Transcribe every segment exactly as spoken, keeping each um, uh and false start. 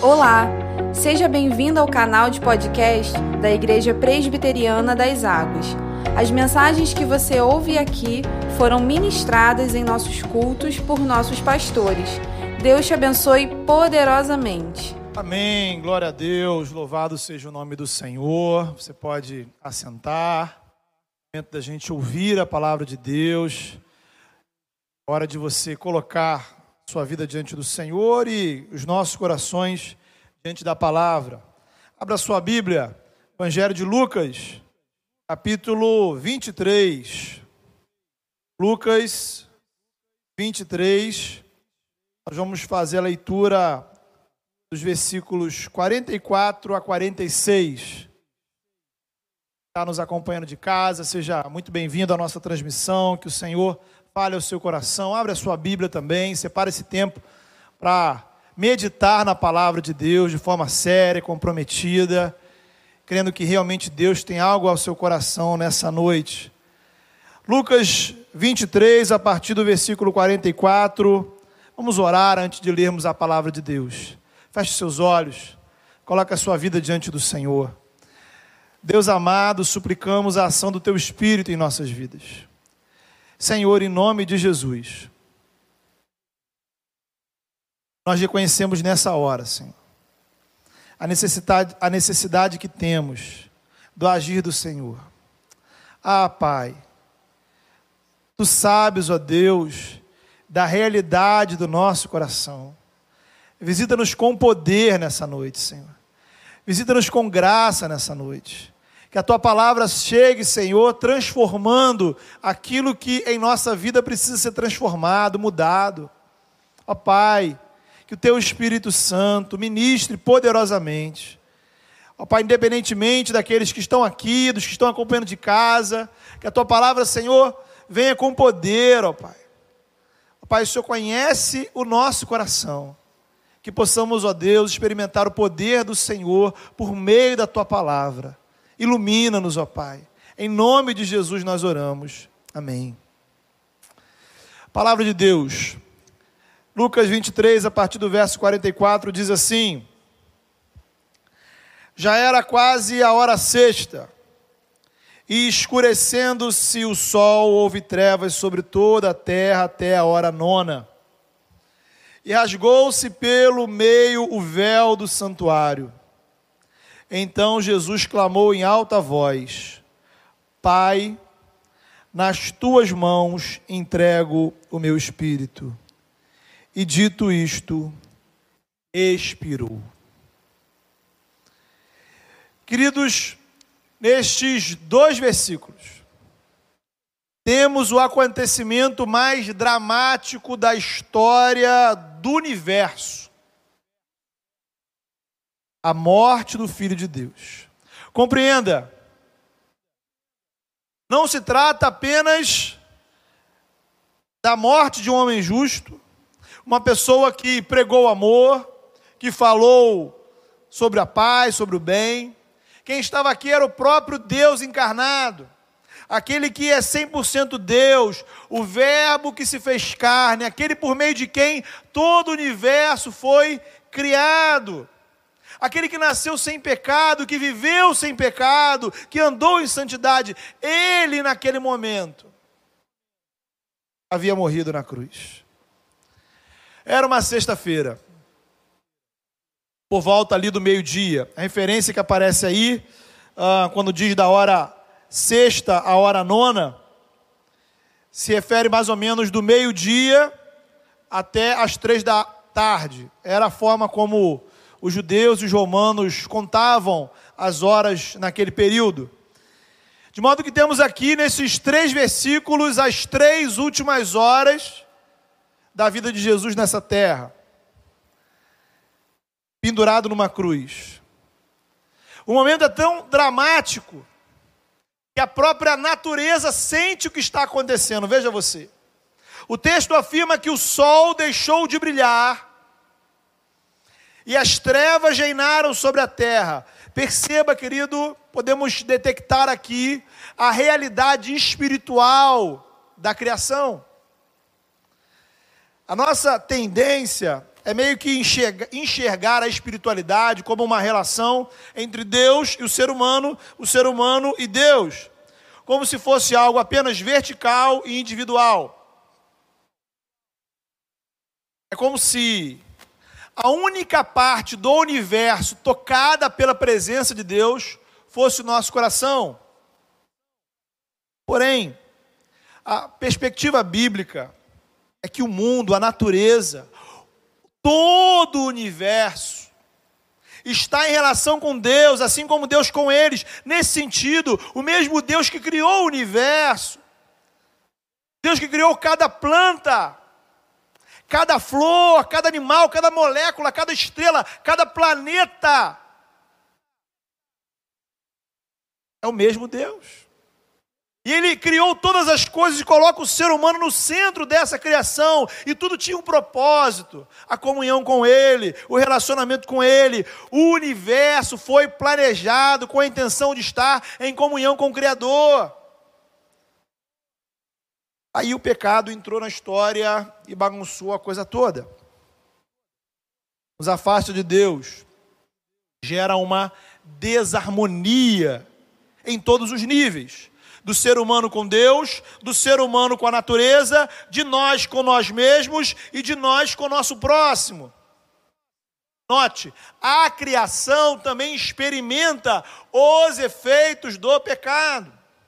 Olá, seja bem-vindo ao canal de podcast da Igreja Presbiteriana das Águas. As mensagens que você ouve aqui foram ministradas em nossos cultos por nossos pastores. Deus te abençoe poderosamente. Amém, glória a Deus, louvado seja o nome do Senhor. Você pode assentar, momento da gente ouvir a palavra de Deus, hora de você colocar sua vida diante do Senhor e os nossos corações diante da palavra. Abra sua Bíblia, Evangelho de Lucas, capítulo vinte e três. Lucas vinte e três, nós vamos fazer a leitura dos versículos quarenta e quatro a quarenta e seis. Está nos acompanhando de casa, seja muito bem-vindo à nossa transmissão, que o Senhor fale ao seu coração. Abre a sua Bíblia também, separe esse tempo para meditar na palavra de Deus de forma séria, comprometida, crendo que realmente Deus tem algo ao seu coração nessa noite. Lucas vinte e três, a partir do versículo quarenta e quatro, vamos orar antes de lermos a palavra de Deus. Feche seus olhos, coloque a sua vida diante do Senhor. Deus amado, suplicamos a ação do Teu Espírito em nossas vidas. Senhor, em nome de Jesus, nós reconhecemos nessa hora, Senhor, a necessidade, a necessidade que temos do agir do Senhor. Ah, Pai, Tu sabes, ó Deus, da realidade do nosso coração. Visita-nos com poder nessa noite, Senhor. Visita-nos com graça nessa noite. Que a Tua palavra chegue, Senhor, transformando aquilo que em nossa vida precisa ser transformado, mudado. Ó Pai, que o Teu Espírito Santo ministre poderosamente. Ó Pai, independentemente daqueles que estão aqui, dos que estão acompanhando de casa, que a Tua palavra, Senhor, venha com poder, ó Pai. Ó Pai, o Senhor conhece o nosso coração. Que possamos, ó Deus, experimentar o poder do Senhor por meio da Tua palavra. Ilumina-nos, ó Pai. Em nome de Jesus nós oramos. Amém. Palavra de Deus. Lucas vinte e três, a partir do verso quarenta e quatro, diz assim: Já era quase a hora sexta, e escurecendo-se o sol, houve trevas sobre toda a terra até a hora nona. E rasgou-se pelo meio o véu do santuário. Então Jesus clamou em alta voz: Pai, nas Tuas mãos entrego o meu espírito. E dito isto, expirou. Queridos, nestes dois versículos, temos o acontecimento mais dramático da história do universo. A morte do Filho de Deus. Compreenda, não se trata apenas da morte de um homem justo, uma pessoa que pregou amor, que falou sobre a paz, sobre o bem. Quem estava aqui era o próprio Deus encarnado, aquele que é cem por cento Deus, o verbo que se fez carne, aquele por meio de quem todo o universo foi criado. Aquele que nasceu sem pecado, que viveu sem pecado, que andou em santidade. Ele, naquele momento, havia morrido na cruz. Era uma sexta-feira, por volta ali do meio-dia. A referência que aparece aí, ah, quando diz da hora sexta à hora nona, se refere mais ou menos do meio-dia até as três da tarde. Era a forma como os judeus e os romanos contavam as horas naquele período. De modo que temos aqui nesses três versículos as três últimas horas da vida de Jesus nessa terra, pendurado numa cruz. O momento é tão dramático que a própria natureza sente o que está acontecendo. Veja você. O texto afirma que o sol deixou de brilhar e as trevas reinaram sobre a terra. Perceba, querido, podemos detectar aqui a realidade espiritual da criação. A nossa tendência é meio que enxergar, enxergar a espiritualidade como uma relação entre Deus e o ser humano, o ser humano e Deus, como se fosse algo apenas vertical e individual. É como se a única parte do universo tocada pela presença de Deus fosse o nosso coração. Porém, a perspectiva bíblica é que o mundo, a natureza, todo o universo está em relação com Deus, assim como Deus com eles. Nesse sentido, o mesmo Deus que criou o universo, Deus que criou cada planta, cada flor, cada animal, cada molécula, cada estrela, cada planeta, é o mesmo Deus. E Ele criou todas as coisas e coloca o ser humano no centro dessa criação. E tudo tinha um propósito. A comunhão com Ele, o relacionamento com Ele. O universo foi planejado com a intenção de estar em comunhão com o Criador. Aí o pecado entrou na história e bagunçou a coisa toda. Nos afasta de Deus. Gera uma desarmonia em todos os níveis. Do ser humano com Deus, do ser humano com a natureza, de nós com nós mesmos e de nós com o nosso próximo. Note, a criação também experimenta os efeitos do pecado.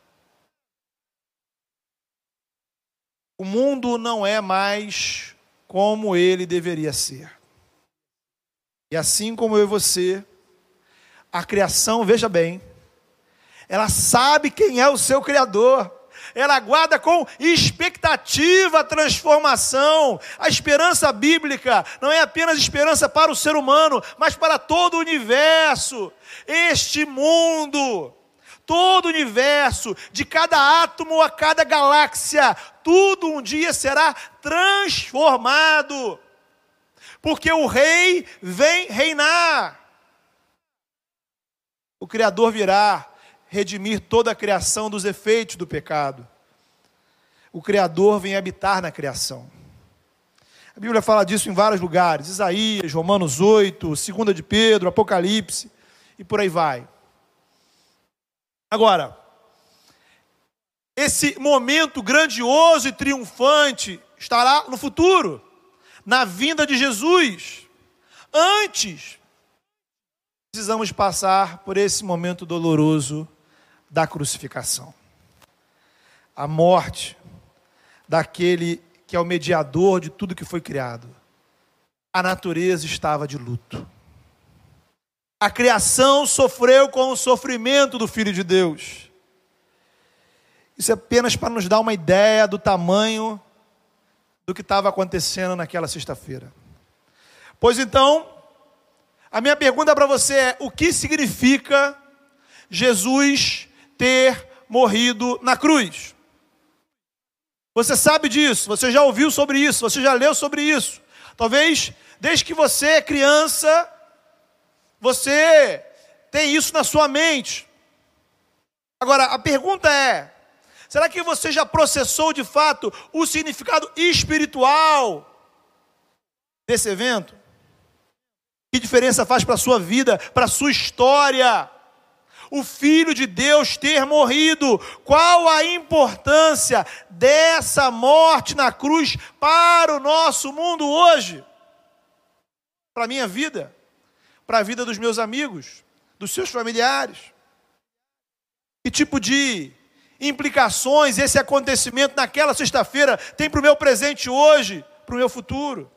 O mundo não é mais como ele deveria ser. E assim como eu e você, a criação, veja bem, ela sabe quem é o seu Criador. Ela aguarda com expectativa a transformação. A esperança bíblica não é apenas esperança para o ser humano, mas para todo o universo. Este mundo, todo o universo, de cada átomo a cada galáxia, tudo um dia será transformado. Porque o Rei vem reinar. O Criador virá redimir toda a criação dos efeitos do pecado. O Criador vem habitar na criação. A Bíblia fala disso em vários lugares. Isaías, Romanos oito, segunda de Pedro, Apocalipse, e por aí vai. Agora, esse momento grandioso e triunfante estará no futuro, na vinda de Jesus. Antes, precisamos passar por esse momento doloroso da crucificação. A morte daquele que é o mediador de tudo que foi criado. A natureza estava de luto. A criação sofreu com o sofrimento do Filho de Deus. Isso é apenas para nos dar uma ideia do tamanho do que estava acontecendo naquela sexta-feira. Pois então, a minha pergunta para você é: o que significa Jesus ter morrido na cruz? Você sabe disso, você já ouviu sobre isso, você já leu sobre isso. Talvez, desde que você é criança, você tem isso na sua mente. Agora, a pergunta é: será que você já processou de fato o significado espiritual desse evento? Que diferença faz para a sua vida, para a sua história? O Filho de Deus ter morrido. Qual a importância dessa morte na cruz para o nosso mundo hoje? Para a minha vida, para a vida dos meus amigos, dos seus familiares. Que tipo de implicações esse acontecimento naquela sexta-feira tem para o meu presente hoje, para o meu futuro?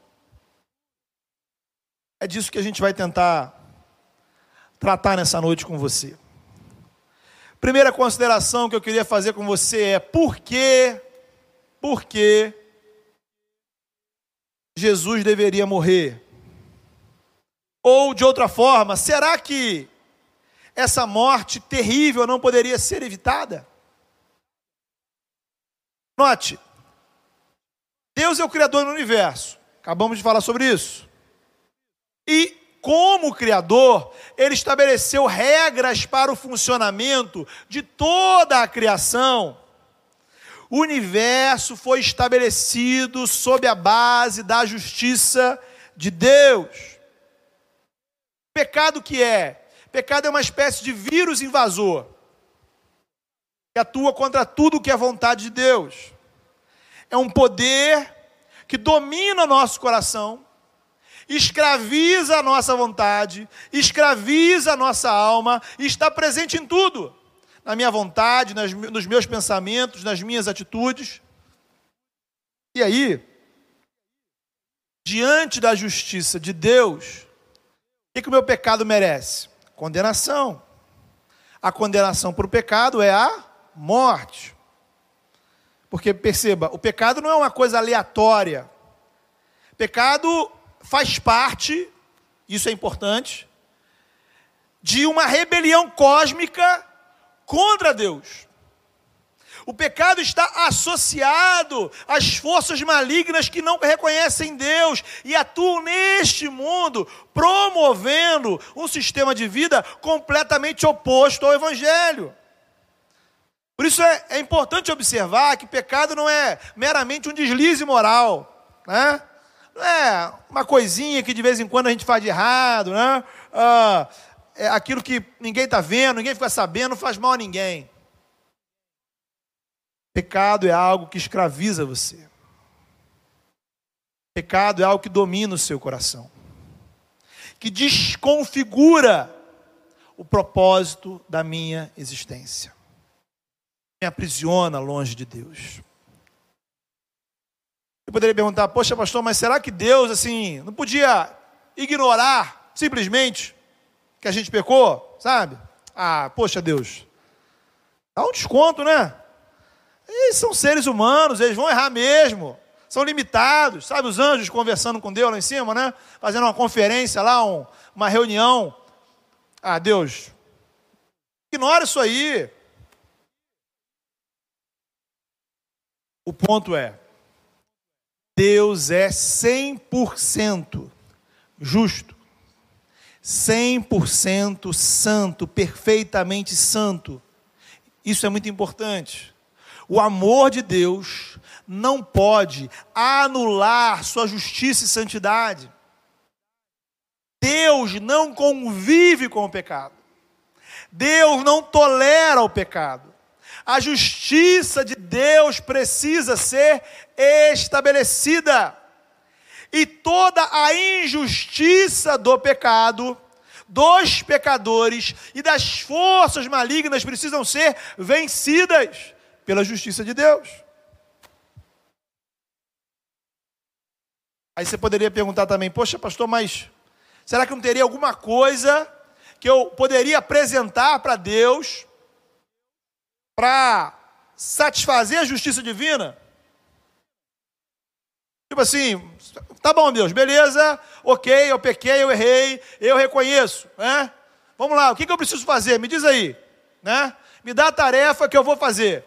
É disso que a gente vai tentar tratar nessa noite com você. Primeira consideração que eu queria fazer com você é: por que, por que Jesus deveria morrer? Ou, de outra forma, será que essa morte terrível não poderia ser evitada? Note, Deus é o Criador do universo. Acabamos de falar sobre isso. E, como Criador, Ele estabeleceu regras para o funcionamento de toda a criação. O universo foi estabelecido sob a base da justiça de Deus. Pecado que é? Pecado é uma espécie de vírus invasor, que atua contra tudo que é vontade de Deus. É um poder que domina nosso coração, escraviza a nossa vontade, escraviza a nossa alma, e está presente em tudo. Na minha vontade, nas, nos meus pensamentos, nas minhas atitudes. E aí, diante da justiça de Deus, o que, que o meu pecado merece? Condenação. A condenação por pecado é a morte. Porque, perceba, o pecado não é uma coisa aleatória. Pecado faz parte, isso é importante, de uma rebelião cósmica contra Deus. O pecado está associado às forças malignas que não reconhecem Deus e atuam neste mundo, promovendo um sistema de vida completamente oposto ao Evangelho. Por isso é, é importante observar que pecado não é meramente um deslize moral, né? Não é uma coisinha que de vez em quando a gente faz de errado, né? Ah, é aquilo que ninguém está vendo, ninguém fica sabendo, não faz mal a ninguém. Pecado é algo que escraviza você. Pecado é algo que domina o seu coração, que desconfigura o propósito da minha existência. Me aprisiona longe de Deus. Eu poderia perguntar, poxa pastor, mas será que Deus assim não podia ignorar simplesmente que a gente pecou, sabe? Ah, poxa Deus, dá um desconto, né? Eles são seres humanos, eles vão errar mesmo, são limitados, sabe? Os anjos conversando com Deus lá em cima, né? Fazendo uma conferência lá, um, uma reunião. Ah, Deus, ignora isso aí. O ponto é, Deus é cem por cento justo, cem por cento santo, perfeitamente santo. Isso é muito importante. O amor de Deus não pode anular sua justiça e santidade. Deus não convive com o pecado. Deus não tolera o pecado. A justiça de Deus precisa ser estabelecida. E toda a injustiça do pecado, dos pecadores e das forças malignas precisam ser vencidas pela justiça de Deus. Aí você poderia perguntar também, poxa pastor, mas será que não teria alguma coisa que eu poderia apresentar para Deus para satisfazer a justiça divina? Tipo assim, tá bom Deus, beleza, ok, eu pequei, eu errei, eu reconheço, né? Vamos lá, o que, que eu preciso fazer? Me diz aí, né? Me dá a tarefa que eu vou fazer.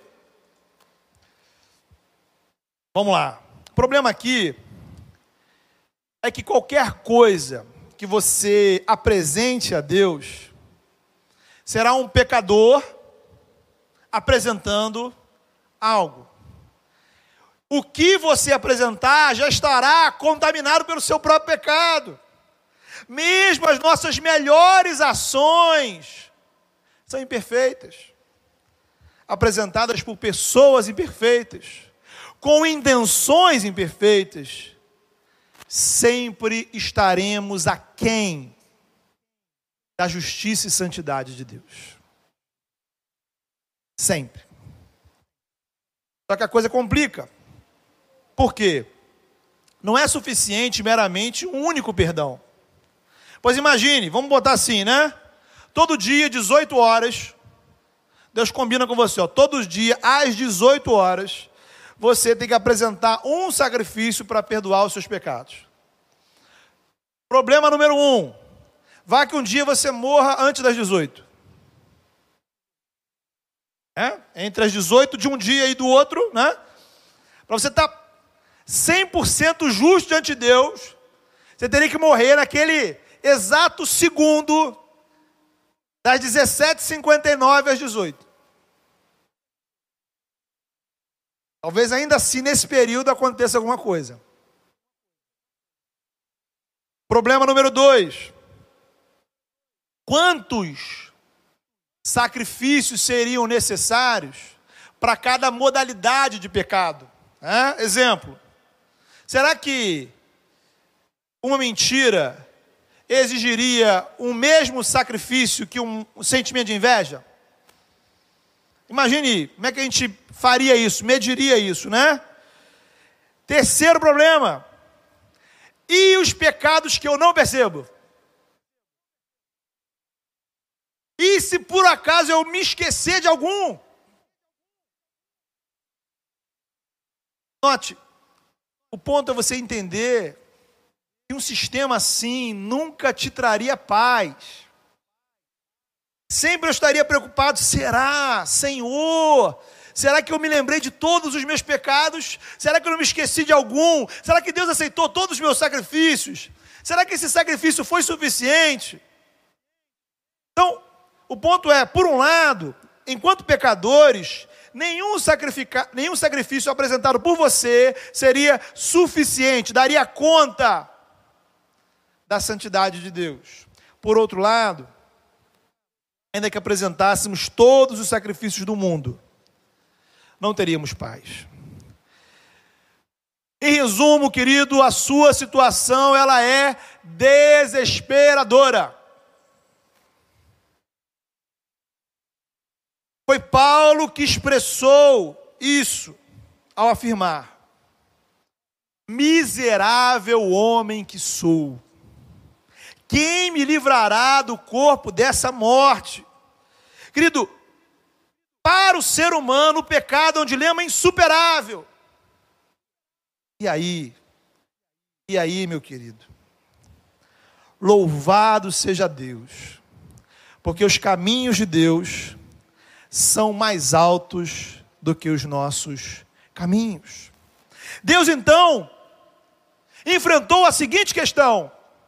Vamos lá. O problema aqui é que qualquer coisa que você apresente a Deus será um pecador apresentando algo. O que você apresentar já estará contaminado pelo seu próprio pecado. Mesmo as nossas melhores ações são imperfeitas, apresentadas por pessoas imperfeitas, com intenções imperfeitas. Sempre estaremos aquém da justiça e santidade de Deus. Sempre. Só que a coisa complica. Por quê? Não é suficiente meramente um único perdão. Pois imagine, vamos botar assim, né? Todo dia, dezoito horas, Deus combina com você, ó, todos os dias, às dezoito horas, você tem que apresentar um sacrifício para perdoar os seus pecados. Problema número um, vá que um dia você morra antes das dezoito. É? Entre as dezoito de um dia e do outro, né? Para você estar cem por cento justo diante de Deus, você teria que morrer naquele exato segundo, das dezessete e cinquenta e nove às dezoito. Talvez ainda assim nesse período aconteça alguma coisa. Problema número dois. Quantos sacrifícios seriam necessários para cada modalidade de pecado? É? Exemplo, será que uma mentira exigiria o mesmo sacrifício que um, um sentimento de inveja? Imagine, como é que a gente faria isso, mediria isso, né? Terceiro problema. E os pecados que eu não percebo? E se por acaso eu me esquecer de algum? Note, o ponto é você entender que um sistema assim nunca te traria paz. Sempre eu estaria preocupado, será, Senhor, será que eu me lembrei de todos os meus pecados? Será que eu não me esqueci de algum? Será que Deus aceitou todos os meus sacrifícios? Será que esse sacrifício foi suficiente? Então, o ponto é, por um lado, enquanto pecadores, nenhum, sacrifica, nenhum sacrifício apresentado por você seria suficiente, daria conta da santidade de Deus. Por outro lado, ainda que apresentássemos todos os sacrifícios do mundo, não teríamos paz. Em resumo, querido, a sua situação ela é desesperadora. Foi Paulo que expressou isso ao afirmar: miserável homem que sou, quem me livrará do corpo dessa morte? Querido, para o ser humano o pecado é um dilema insuperável. E aí, e aí, meu querido, louvado seja Deus, porque os caminhos de Deus são mais altos do que os nossos caminhos. Deus então enfrentou a seguinte questão: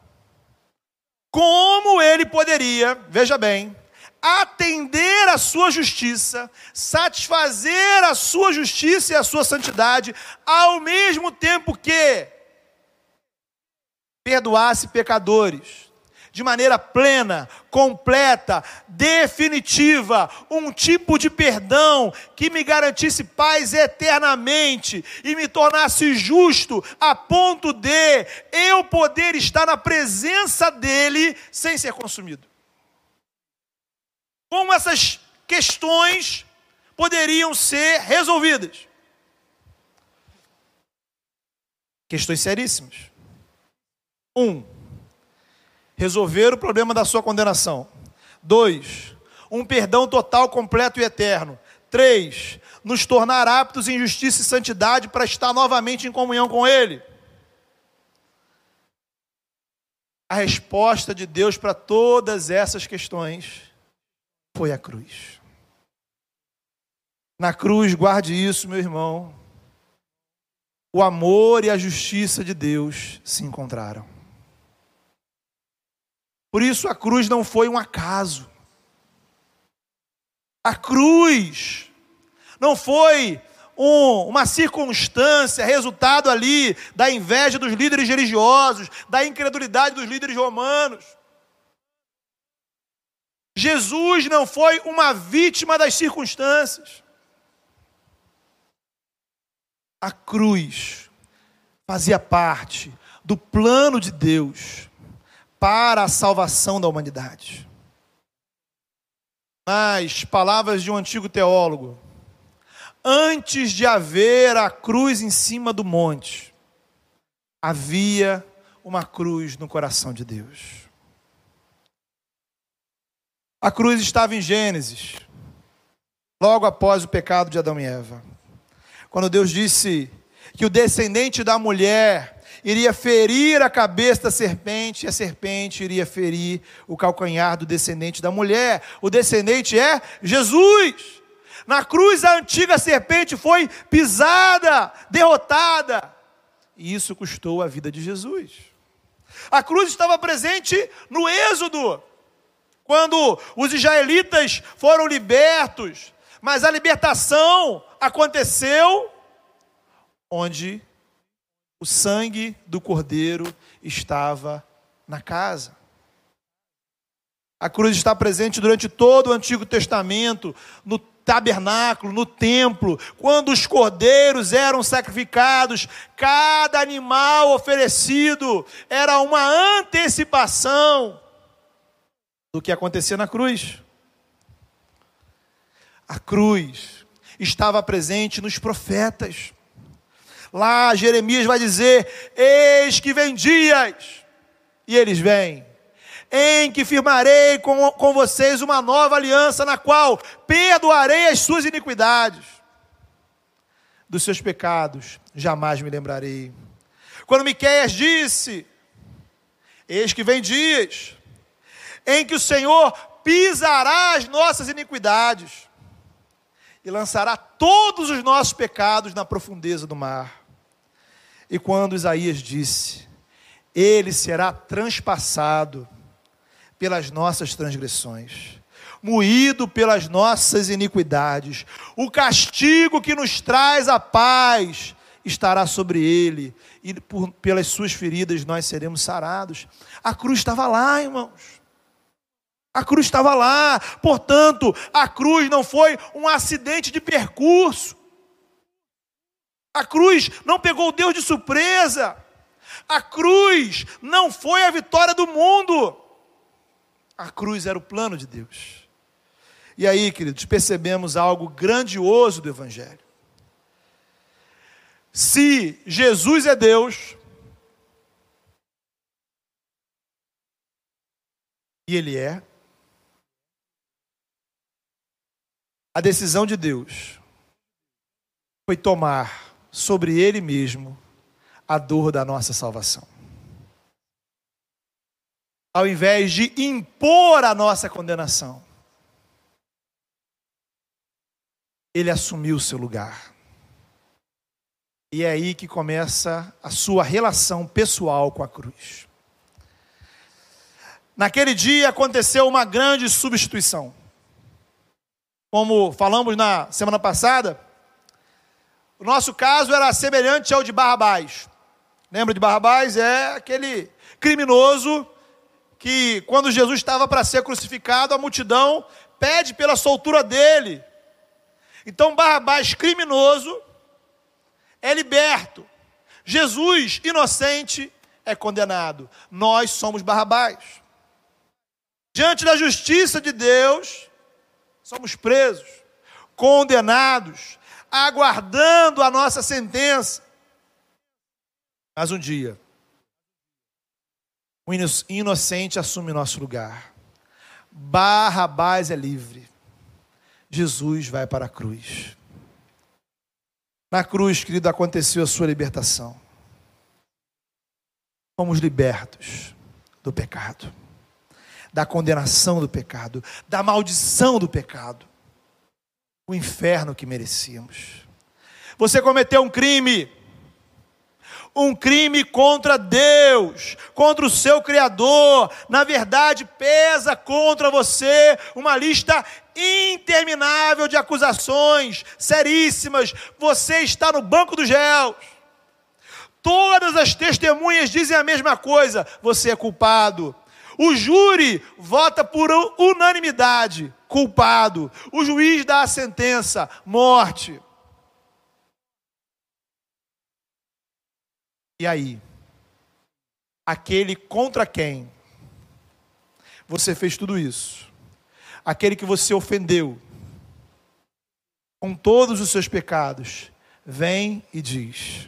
como ele poderia, veja bem, atender a sua justiça, satisfazer a sua justiça e a sua santidade, ao mesmo tempo que perdoasse pecadores, de maneira plena, completa, definitiva, um tipo de perdão que me garantisse paz eternamente e me tornasse justo a ponto de eu poder estar na presença dele sem ser consumido. Como essas questões poderiam ser resolvidas? Questões seríssimas. Um, resolver o problema da sua condenação. Dois, um perdão total, completo e eterno. Três, nos tornar aptos em justiça e santidade para estar novamente em comunhão com Ele. A resposta de Deus para todas essas questões foi a cruz. Na cruz, guarde isso, meu irmão, o amor e a justiça de Deus se encontraram. Por isso a cruz não foi um acaso. A cruz não foi um, uma circunstância, resultado ali da inveja dos líderes religiosos, da incredulidade dos líderes romanos. Jesus não foi uma vítima das circunstâncias. A cruz fazia parte do plano de Deus para a salvação da humanidade. Nas palavras de um antigo teólogo, antes de haver a cruz em cima do monte, havia uma cruz no coração de Deus. A cruz estava em Gênesis, logo após o pecado de Adão e Eva. Quando Deus disse que o descendente da mulher iria ferir a cabeça da serpente, e a serpente iria ferir o calcanhar do descendente da mulher. O descendente é Jesus. Na cruz a antiga serpente foi pisada, derrotada. E isso custou a vida de Jesus. A cruz estava presente no Êxodo, quando os israelitas foram libertos, mas a libertação aconteceu onde o sangue do Cordeiro estava na casa. A cruz está presente durante todo o Antigo Testamento, no tabernáculo, no templo, quando os cordeiros eram sacrificados, cada animal oferecido era uma antecipação do que acontecia na cruz. A cruz estava presente nos profetas. Lá Jeremias vai dizer: eis que vem dias, e eles vêm, em que firmarei com, com vocês uma nova aliança, na qual perdoarei as suas iniquidades. Dos seus pecados jamais me lembrarei. Quando Miqueias disse: eis que vem dias, em que o Senhor pisará as nossas iniquidades, e lançará todos os nossos pecados na profundeza do mar. E quando Isaías disse: ele será transpassado pelas nossas transgressões, moído pelas nossas iniquidades, o castigo que nos traz a paz estará sobre ele, e por, pelas suas feridas nós seremos sarados. A cruz estava lá, irmãos. A cruz estava lá. Portanto, a cruz não foi um acidente de percurso. A cruz não pegou Deus de surpresa. A cruz não foi a vitória do mundo. A cruz era o plano de Deus. E aí, queridos, percebemos algo grandioso do Evangelho. Se Jesus é Deus, e Ele é, a decisão de Deus foi tomar sobre Ele mesmo a dor da nossa salvação. Ao invés de impor a nossa condenação, Ele assumiu o seu lugar. E é aí que começa a sua relação pessoal com a cruz. Naquele dia aconteceu uma grande substituição. Como falamos na semana passada, o nosso caso era semelhante ao de Barrabás. Lembra de Barrabás? É aquele criminoso que, quando Jesus estava para ser crucificado, a multidão pede pela soltura dele. Então Barrabás, criminoso, é liberto. Jesus, inocente, é condenado. Nós somos Barrabás. Diante da justiça de Deus, somos presos, condenados, aguardando a nossa sentença. Mas um dia, o inocente assume nosso lugar. Barrabás é livre. Jesus vai para a cruz. Na cruz, querido, aconteceu a sua libertação. Fomos libertos do pecado, da condenação do pecado, da maldição do pecado, o inferno que merecíamos. Você cometeu um crime, um crime contra Deus, contra o seu Criador. Na verdade, pesa contra você uma lista interminável de acusações seríssimas. Você está no banco dos réus. Todas as testemunhas dizem a mesma coisa: você é culpado. O júri vota por unanimidade: culpado. O juiz dá a sentença: morte. E aí, aquele contra quem você fez tudo isso, aquele que você ofendeu com todos os seus pecados, vem e diz: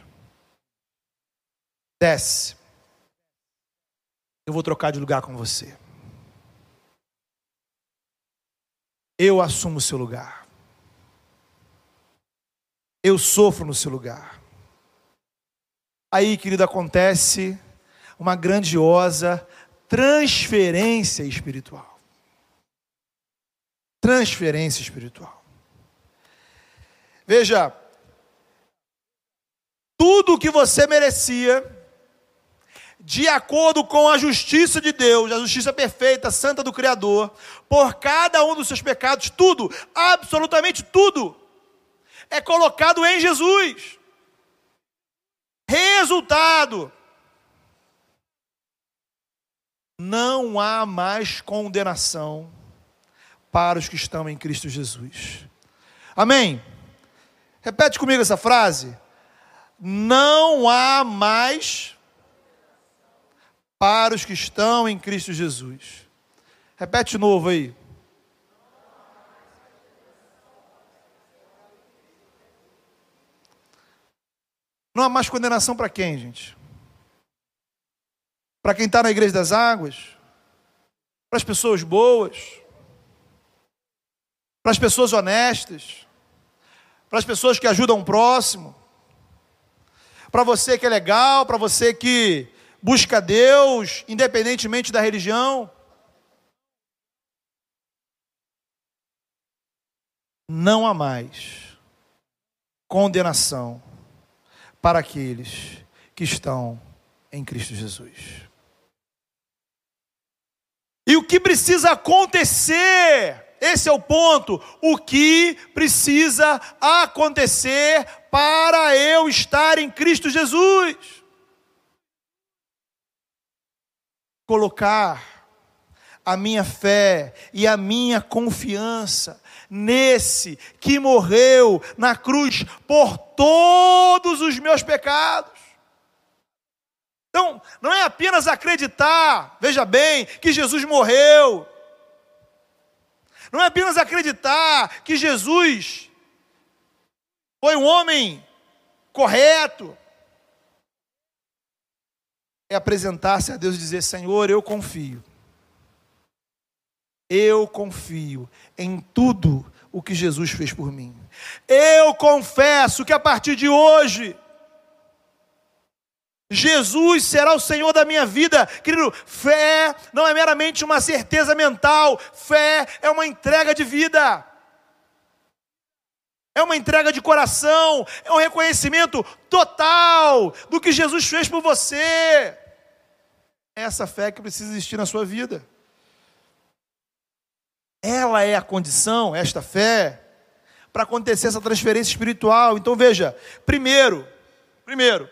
desce, eu vou trocar de lugar com você. Eu assumo o seu lugar. Eu sofro no seu lugar. Aí, querido, acontece uma grandiosa transferência espiritual. Transferência espiritual. Veja, tudo o que você merecia, de acordo com a justiça de Deus, a justiça perfeita, santa do Criador, por cada um dos seus pecados, tudo, absolutamente tudo, é colocado em Jesus. Resultado: não há mais condenação para os que estão em Cristo Jesus. Amém? Repete comigo essa frase. Não há mais para os que estão em Cristo Jesus. Repete de novo aí. Não há mais condenação para quem, gente? Para quem está na Igreja das Águas? Para as pessoas boas? Para as pessoas honestas? Para as pessoas que ajudam o próximo? Para você que é legal? Para você que busca Deus, independentemente da religião? Não há mais condenação para aqueles que estão em Cristo Jesus. E o que precisa acontecer? Esse é o ponto. O que precisa acontecer para eu estar em Cristo Jesus? Colocar a minha fé e a minha confiança nesse que morreu na cruz por todos os meus pecados. Então, não é apenas acreditar, veja bem, que Jesus morreu. Não é apenas acreditar que Jesus foi um homem correto. É apresentar-se a Deus e dizer: Senhor, eu confio. Eu confio em tudo o que Jesus fez por mim. Eu confesso que a partir de hoje, Jesus será o Senhor da minha vida. Querido, fé não é meramente uma certeza mental. Fé é uma entrega de vida. É uma entrega de coração. É um reconhecimento total do que Jesus fez por você. É essa fé que precisa existir na sua vida. Ela é a condição, esta fé, para acontecer essa transferência espiritual. Então veja, primeiro, primeiro,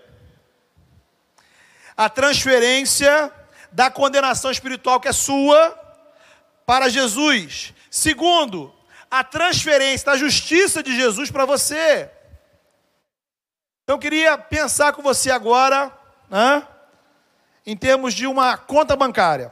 a transferência da condenação espiritual que é sua para Jesus. Segundo, a transferência da justiça de Jesus para você. Então eu queria pensar com você agora, né, em termos de uma conta bancária.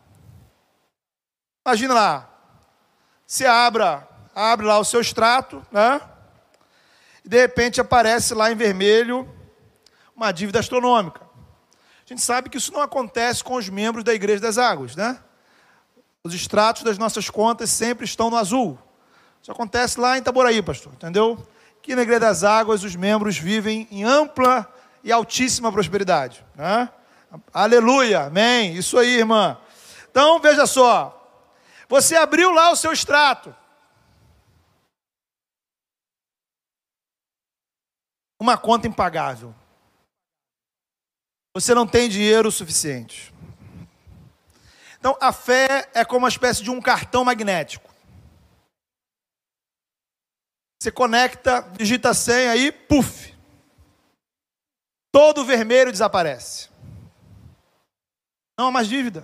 Imagina lá, você abra, abre lá o seu extrato, né, e de repente aparece lá em vermelho uma dívida astronômica. A gente sabe que isso não acontece com os membros da Igreja das Águas, né? Os extratos das nossas contas sempre estão no azul. Isso acontece lá em Itaboraí, pastor, entendeu? Aqui na Igreja das Águas os membros vivem em ampla e altíssima prosperidade, né? Aleluia, amém, isso aí, irmã. Então, veja só, você abriu lá o seu extrato. Uma conta impagável. Você não tem dinheiro suficiente. Então, a fé é como uma espécie de um cartão magnético. Você conecta, digita a senha aí, puf. Todo o vermelho desaparece. Não há mais dívida.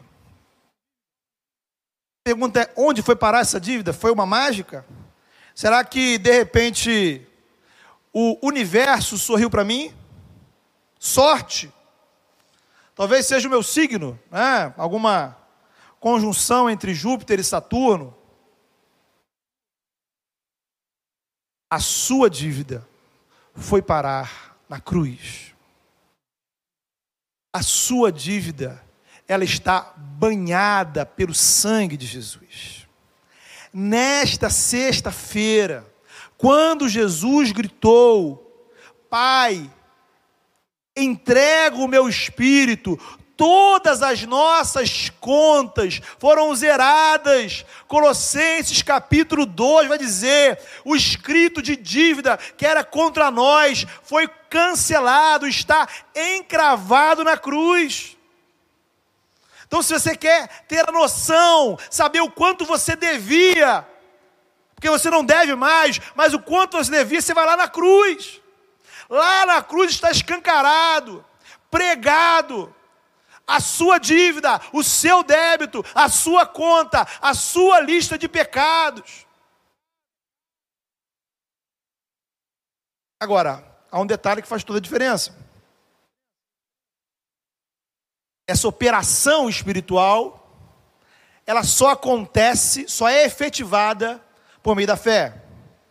A pergunta é, onde foi parar essa dívida? Foi uma mágica? Será que, de repente, o universo sorriu para mim? Sorte? Talvez seja o meu signo, né? Alguma conjunção entre Júpiter e Saturno. A sua dívida foi parar na cruz. A sua dívida, ela está banhada pelo sangue de Jesus. Nesta sexta-feira, quando Jesus gritou: Pai, entrego o meu espírito, todas as nossas contas foram zeradas. Colossenses capítulo dois vai dizer, o escrito de dívida que era contra nós foi cancelado, está encravado na cruz. Então, se você quer ter a noção, saber o quanto você devia, porque você não deve mais, mas o quanto você devia, você vai lá na cruz. Lá na cruz está escancarado, pregado, a sua dívida, o seu débito, a sua conta, a sua lista de pecados. Agora, há um detalhe que faz toda a diferença. Essa operação espiritual, ela só acontece, só é efetivada por meio da fé.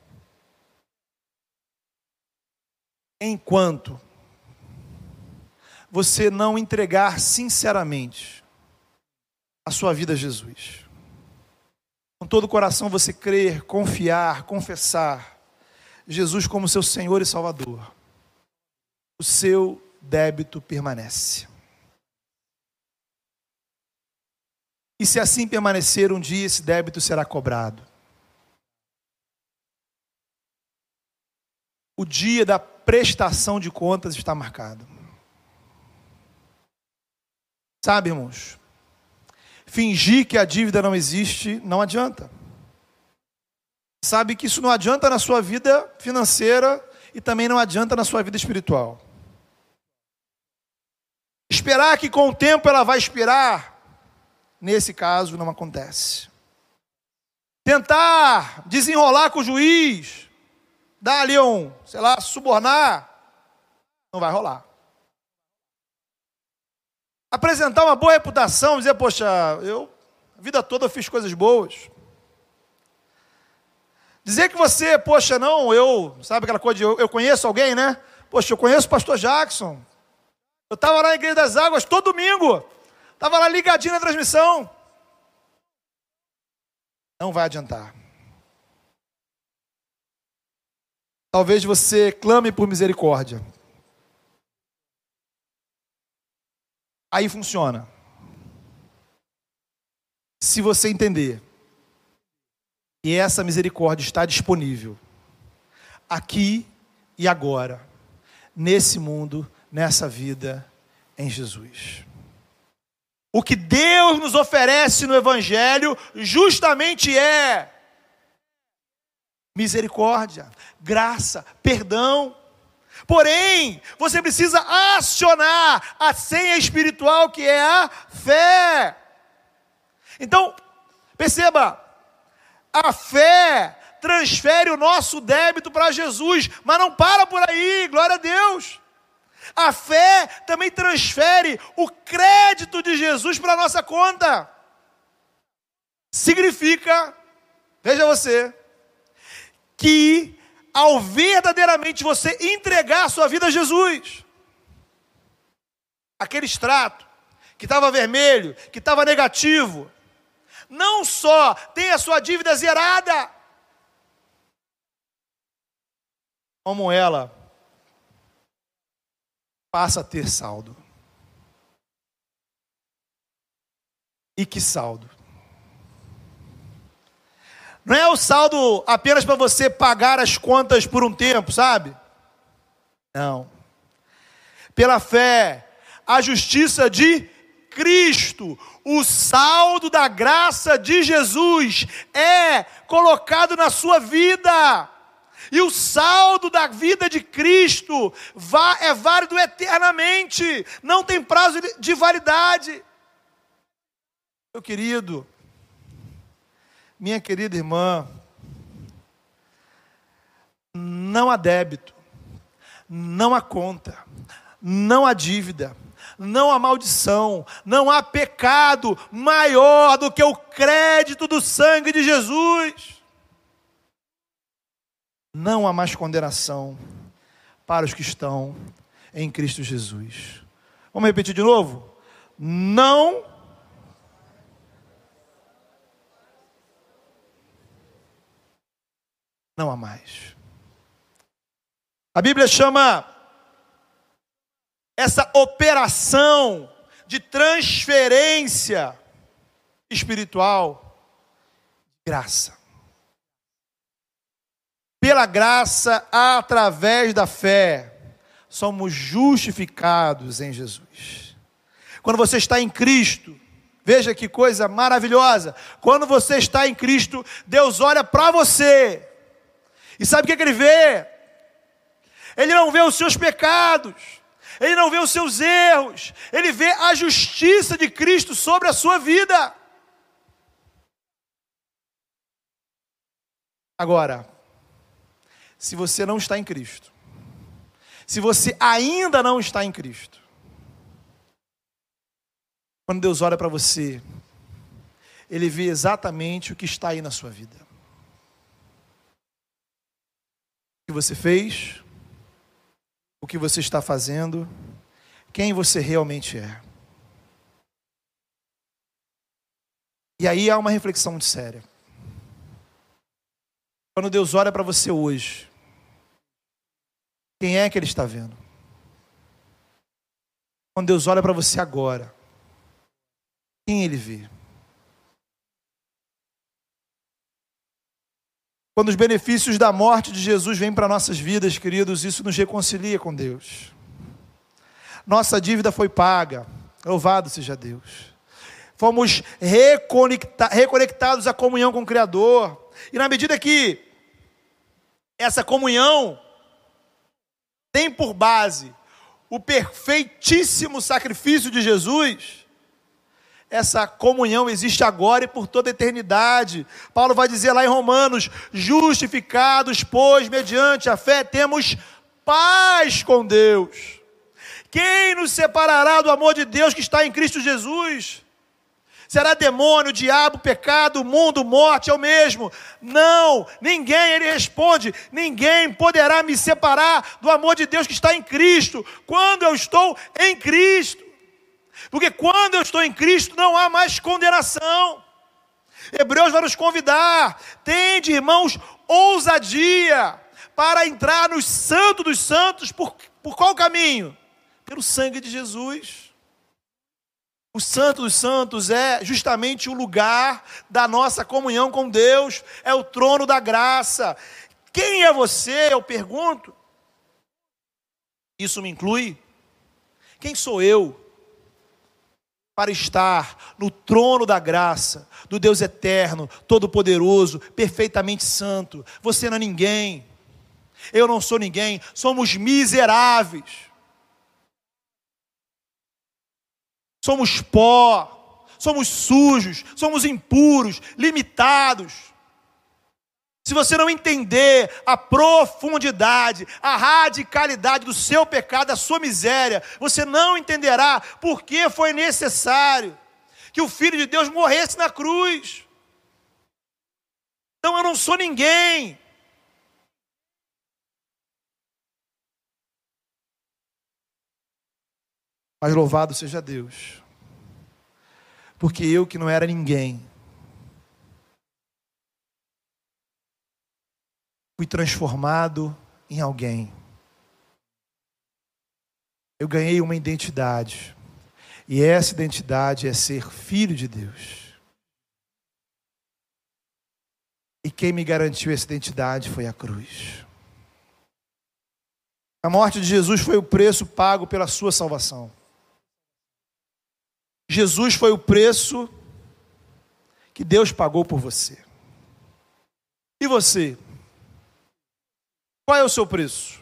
Enquanto você não entregar sinceramente a sua vida a Jesus. Com todo o coração você crer, confiar, confessar Jesus como seu Senhor e Salvador. O seu débito permanece. E se assim permanecer, um dia esse débito será cobrado. O dia da prestação de contas está marcado. Sabe, irmãos, fingir que a dívida não existe não adianta. Sabe que isso não adianta na sua vida financeira e também não adianta na sua vida espiritual. Esperar que com o tempo ela vai expirar, nesse caso não acontece. Tentar desenrolar com o juiz, dar ali um, sei lá, subornar, não vai rolar. Apresentar uma boa reputação, dizer, poxa, eu a vida toda eu fiz coisas boas. Dizer que você, poxa, não, eu, sabe aquela coisa de eu, eu conheço alguém, né? Poxa, eu conheço o pastor Jackson. Eu estava lá na Igreja das Águas todo domingo. Estava lá ligadinho na transmissão. Não vai adiantar. Talvez você clame por misericórdia. Aí funciona. Se você entender que essa misericórdia está disponível aqui e agora, nesse mundo, nessa vida, em Jesus. O que Deus nos oferece no Evangelho justamente é misericórdia, graça, perdão. Porém, você precisa acionar a senha espiritual que é a fé. Então, perceba, a fé transfere o nosso débito para Jesus, mas não para por aí, glória a Deus. A fé também transfere o crédito de Jesus para a nossa conta. Significa, veja você, que ao verdadeiramente você entregar a sua vida a Jesus, aquele extrato que estava vermelho, que estava negativo, não só tem a sua dívida zerada, como ela passa a ter saldo. E que saldo? Não é o saldo apenas para você pagar as contas por um tempo, sabe? Não. Pela fé, a justiça de Cristo, o saldo da graça de Jesus é colocado na sua vida. E o saldo da vida de Cristo é válido eternamente, não tem prazo de validade. Meu querido, minha querida irmã, não há débito, não há conta, não há dívida, não há maldição, não há pecado maior do que o crédito do sangue de Jesus. Não há mais condenação para os que estão em Cristo Jesus. Vamos repetir de novo? Não Não há mais. A Bíblia chama essa operação de transferência espiritual de graça. Pela graça, através da fé, somos justificados em Jesus. Quando você está em Cristo, veja que coisa maravilhosa. Quando você está em Cristo, Deus olha para você. E sabe o que, que Ele vê? Ele não vê os seus pecados. Ele não vê os seus erros, ele vê a justiça de Cristo sobre a sua vida. Agora, se você não está em Cristo, se você ainda não está em Cristo, quando Deus olha para você, Ele vê exatamente o que está aí na sua vida. O que você fez, o que você está fazendo, quem você realmente é. E aí há uma reflexão muito séria. Quando Deus olha para você hoje, quem é que Ele está vendo? Quando Deus olha para você agora, quem Ele vê? Quando os benefícios da morte de Jesus vêm para nossas vidas, queridos, isso nos reconcilia com Deus. Nossa dívida foi paga, louvado seja Deus. Fomos reconecta- reconectados à comunhão com o Criador. E na medida que essa comunhão tem por base o perfeitíssimo sacrifício de Jesus, essa comunhão existe agora e por toda a eternidade. Paulo vai dizer lá em Romanos: justificados, pois, mediante a fé, temos paz com Deus. Quem nos separará do amor de Deus que está em Cristo Jesus? Será demônio, diabo, pecado, mundo, morte, é o mesmo? Não, ninguém, ele responde, ninguém poderá me separar do amor de Deus que está em Cristo, quando eu estou em Cristo. Porque quando eu estou em Cristo, não há mais condenação. Hebreus vai nos convidar, tende, irmãos, ousadia, para entrar no santo dos santos, por, por qual caminho? Pelo sangue de Jesus. O santo dos santos é justamente o lugar da nossa comunhão com Deus, é o trono da graça. Quem é você, eu pergunto? Isso me inclui? Quem sou eu para estar no trono da graça, do Deus eterno, todo-poderoso, perfeitamente santo? Você não é ninguém, eu não sou ninguém, somos miseráveis. Somos pó, somos sujos, somos impuros, limitados. Se você não entender a profundidade, a radicalidade do seu pecado, da sua miséria, você não entenderá por que foi necessário que o Filho de Deus morresse na cruz. Então eu não sou ninguém. Mas louvado seja Deus, porque eu que não era ninguém, fui transformado em alguém. Eu ganhei uma identidade, e essa identidade é ser filho de Deus. E quem me garantiu essa identidade foi a cruz. A morte de Jesus foi o preço pago pela sua salvação. Jesus foi o preço que Deus pagou por você. E você? Qual é o seu preço?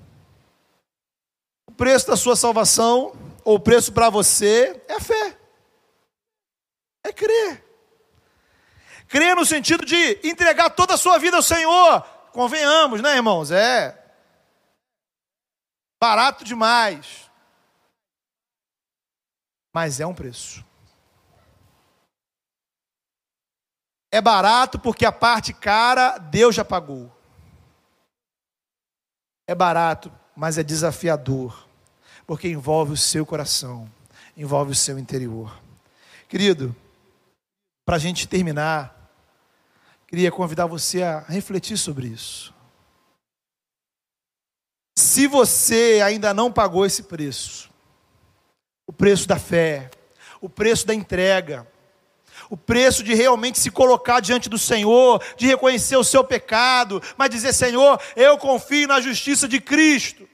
O preço da sua salvação, ou o preço para você, é a fé. É crer. Crer no sentido de entregar toda a sua vida ao Senhor. Convenhamos, né, irmãos? É barato demais. Mas é um preço. É barato porque a parte cara Deus já pagou. É barato, mas é desafiador, porque envolve o seu coração, envolve o seu interior. Querido, para a gente terminar, queria convidar você a refletir sobre isso. Se você ainda não pagou esse preço, o preço da fé, o preço da entrega, o preço de realmente se colocar diante do Senhor, de reconhecer o seu pecado, mas dizer: Senhor, eu confio na justiça de Cristo.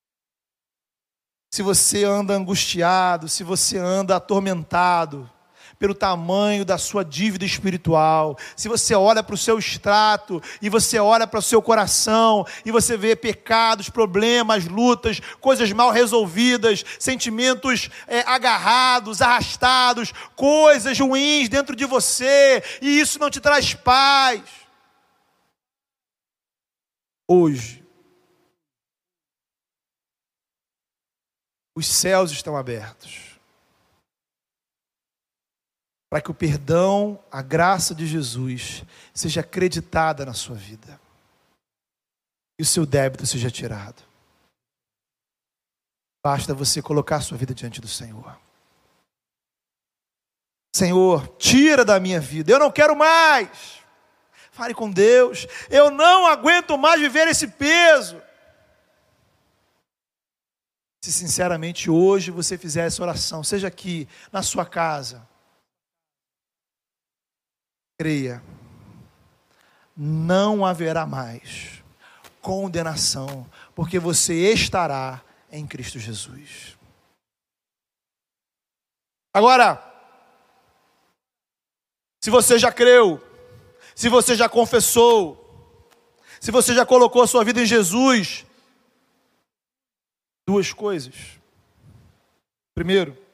Se você anda angustiado, se você anda atormentado pelo tamanho da sua dívida espiritual, se você olha para o seu extrato, e você olha para o seu coração, e você vê pecados, problemas, lutas, coisas mal resolvidas, sentimentos é, agarrados, arrastados, coisas ruins dentro de você, e isso não te traz paz. Hoje, os céus estão abertos para que o perdão, a graça de Jesus seja acreditada na sua vida e o seu débito seja tirado. Basta você colocar a sua vida diante do Senhor. Senhor, tira da minha vida, eu não quero mais. Fale com Deus, eu não aguento mais viver esse peso. Se sinceramente hoje você fizer essa oração, seja aqui na sua casa, creia, não haverá mais condenação, porque você estará em Cristo Jesus. Agora, se você já creu, se você já confessou, se você já colocou a sua vida em Jesus, duas coisas. Primeiro,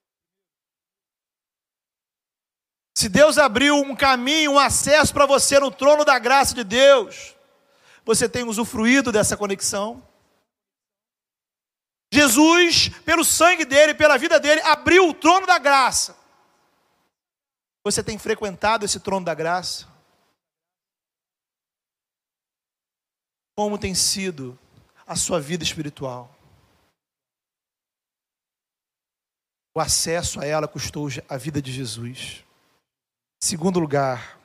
se Deus abriu um caminho, um acesso para você no trono da graça de Deus, você tem usufruído dessa conexão. Jesus, pelo sangue dele, pela vida dele, abriu o trono da graça. Você tem frequentado esse trono da graça? Como tem sido a sua vida espiritual? O acesso a ela custou a vida de Jesus. Segundo lugar,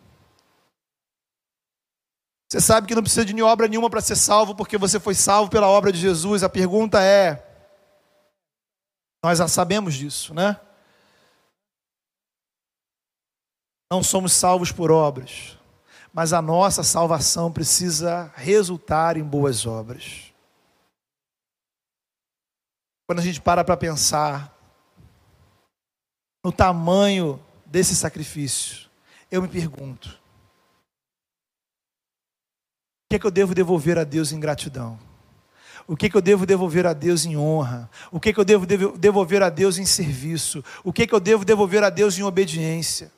você sabe que não precisa de obra nenhuma para ser salvo, porque você foi salvo pela obra de Jesus. A pergunta é, nós já sabemos disso, né? Não somos salvos por obras, mas a nossa salvação precisa resultar em boas obras. Quando a gente para para pensar no tamanho desse sacrifício, eu me pergunto, o que é que eu devo devolver a Deus em gratidão? O que é que eu devo devolver a Deus em honra? O que é que eu devo devolver a Deus em serviço? O que é que eu devo devolver a Deus em obediência?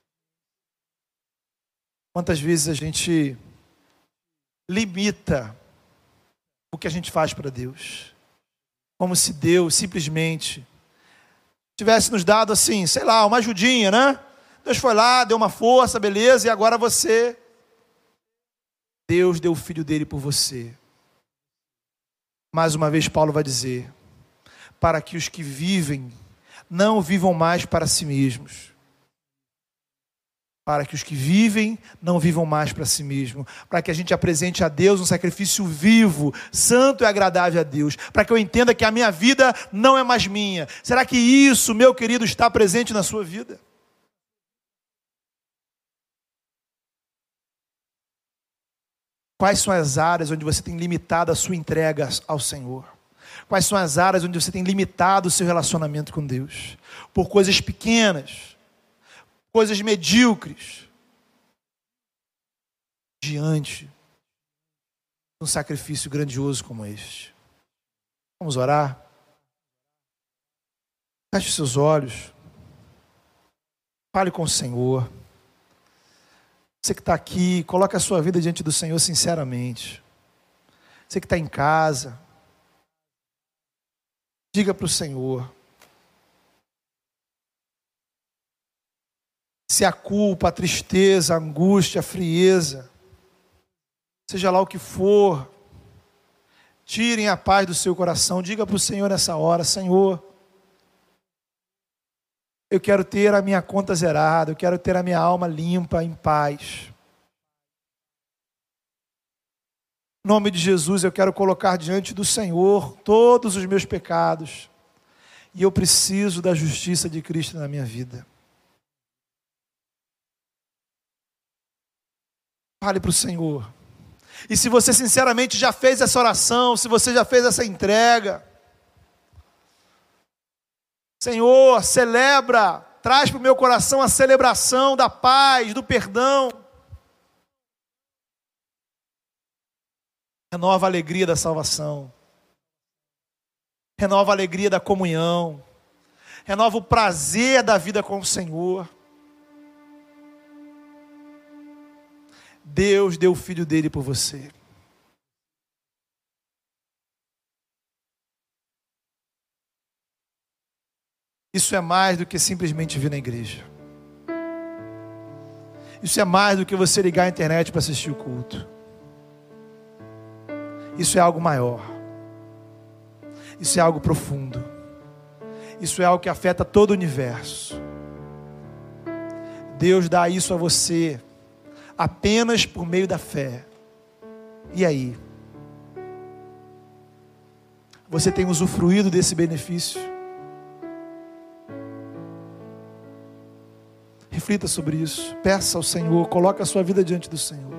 Quantas vezes a gente limita o que a gente faz para Deus? Como se Deus simplesmente tivesse nos dado assim, sei lá, uma ajudinha, né? Deus foi lá, deu uma força, beleza, e agora você... Deus deu o Filho dele por você. Mais uma vez Paulo vai dizer, para que os que vivem, não vivam mais para si mesmos. Para que os que vivem, não vivam mais para si mesmos. Para que a gente apresente a Deus um sacrifício vivo, santo e agradável a Deus. Para que eu entenda que a minha vida não é mais minha. Será que isso, meu querido, está presente na sua vida? Quais são as áreas onde você tem limitado a sua entrega ao Senhor? Quais são as áreas onde você tem limitado o seu relacionamento com Deus? Por coisas pequenas, coisas medíocres, diante de um sacrifício grandioso como este. Vamos orar? Feche seus olhos. Fale com o Senhor. Você que está aqui, coloque a sua vida diante do Senhor sinceramente. Você que está em casa, diga para o Senhor. Se a culpa, a tristeza, a angústia, a frieza, seja lá o que for, tirem a paz do seu coração. Diga para o Senhor nessa hora, Senhor, eu quero ter a minha conta zerada, eu quero ter a minha alma limpa, em paz. Em nome de Jesus, eu quero colocar diante do Senhor todos os meus pecados. E eu preciso da justiça de Cristo na minha vida. Fale para o Senhor. E se você sinceramente já fez essa oração, se você já fez essa entrega, Senhor, celebra traz para o meu coração a celebração da paz, do perdão. Renova a alegria da salvação. Renova a alegria da comunhão. Renova o prazer da vida com o Senhor. Deus deu o Filho dele por você. Isso é mais do que simplesmente vir na igreja. Isso é mais do que você ligar a internet para assistir o culto. Isso é algo maior. Isso é algo profundo. Isso é algo que afeta todo o universo. Deus dá isso a você apenas por meio da fé. E aí? Você tem usufruído desse benefício? Reflita sobre isso. Peça ao Senhor. Coloque a sua vida diante do Senhor.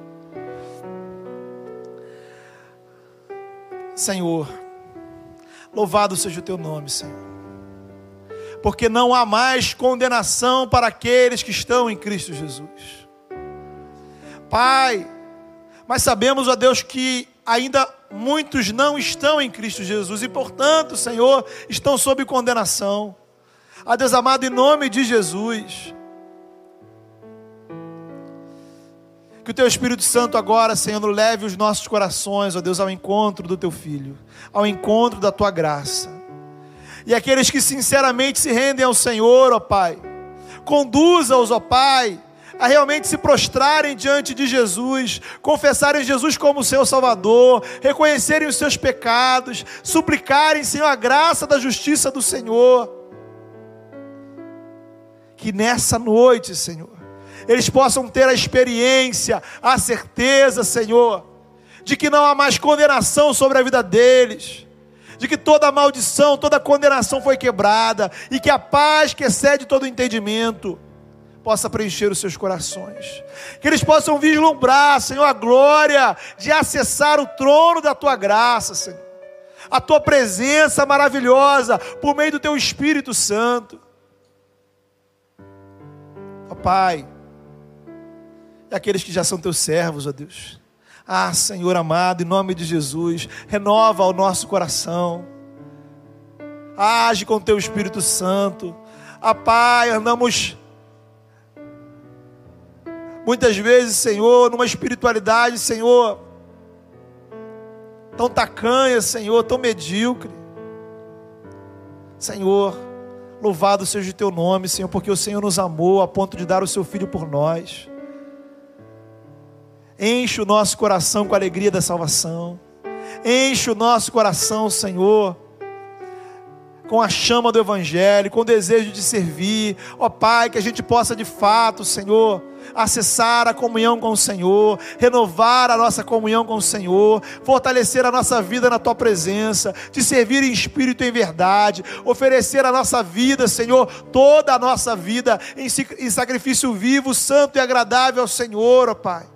Senhor, louvado seja o teu nome, Senhor. Porque não há mais condenação para aqueles que estão em Cristo Jesus. Pai, mas sabemos, ó Deus, que ainda muitos não estão em Cristo Jesus e, portanto, Senhor, estão sob condenação. Ó Deus amado, em nome de Jesus, que o Teu Espírito Santo agora, Senhor, leve os nossos corações, ó Deus, ao encontro do Teu Filho, ao encontro da Tua graça. E aqueles que sinceramente se rendem ao Senhor, ó Pai, conduza-os, ó Pai, a realmente se prostrarem diante de Jesus, confessarem Jesus como seu Salvador, reconhecerem os seus pecados, suplicarem, Senhor, a graça da justiça do Senhor. Que nessa noite, Senhor, eles possam ter a experiência, a certeza, Senhor, de que não há mais condenação sobre a vida deles, de que toda maldição, toda condenação foi quebrada, e que a paz que excede todo o entendimento possa preencher os seus corações, que eles possam vislumbrar, Senhor, a glória de acessar o trono da Tua graça, Senhor, a Tua presença maravilhosa, por meio do Teu Espírito Santo. Ó Pai, e aqueles que já são Teus servos, ó Deus, ah, Senhor amado, em nome de Jesus, renova o nosso coração, age com Teu Espírito Santo. Ah, Pai, andamos muitas vezes, Senhor, numa espiritualidade, Senhor, tão tacanha, Senhor, tão medíocre. Senhor, louvado seja o Teu nome, Senhor, porque o Senhor nos amou a ponto de dar o Seu Filho por nós. Enche o nosso coração com a alegria da salvação. Enche o nosso coração, Senhor, com a chama do Evangelho, com o desejo de servir. Ó Pai, que a gente possa de fato, Senhor, acessar a comunhão com o Senhor, renovar a nossa comunhão com o Senhor, fortalecer a nossa vida na Tua presença, te servir em espírito e em verdade, oferecer a nossa vida, Senhor, toda a nossa vida em, em sacrifício vivo, santo e agradável ao Senhor, ó Pai.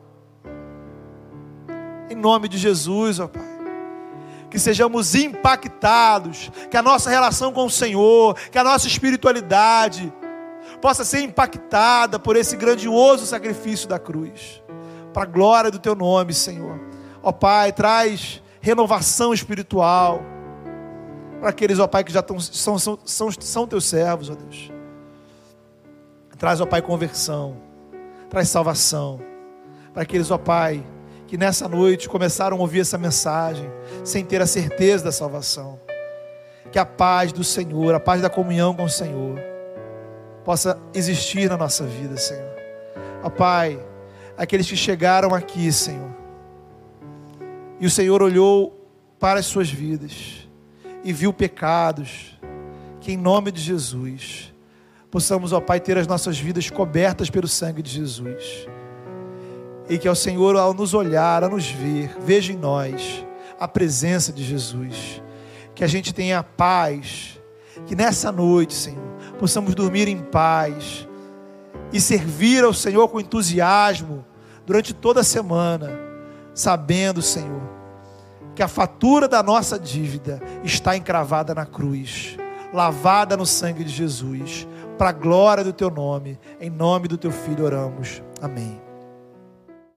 Em nome de Jesus, ó Pai, que sejamos impactados, que a nossa relação com o Senhor, que a nossa espiritualidade possa ser impactada por esse grandioso sacrifício da cruz, para a glória do Teu nome, Senhor. Ó Pai, traz renovação espiritual para aqueles, ó Pai, que já tão, são, são, são, são Teus servos, ó Deus. Traz, ó Pai, conversão, traz salvação para aqueles, ó Pai, que nessa noite começaram a ouvir essa mensagem sem ter a certeza da salvação. Que a paz do Senhor, a paz da comunhão com o Senhor possa existir na nossa vida, Senhor. Ó Pai, aqueles que chegaram aqui, Senhor, e o Senhor olhou para as suas vidas e viu pecados, que em nome de Jesus possamos, ó Pai, ter as nossas vidas cobertas pelo sangue de Jesus. E que ao Senhor, ao nos olhar, a nos ver, veja em nós a presença de Jesus. Que a gente tenha paz. Que nessa noite, Senhor, possamos dormir em paz. E servir ao Senhor com entusiasmo durante toda a semana. Sabendo, Senhor, que a fatura da nossa dívida está encravada na cruz. Lavada no sangue de Jesus. para a glória do teu nome. Em nome do teu Filho oramos. Amém.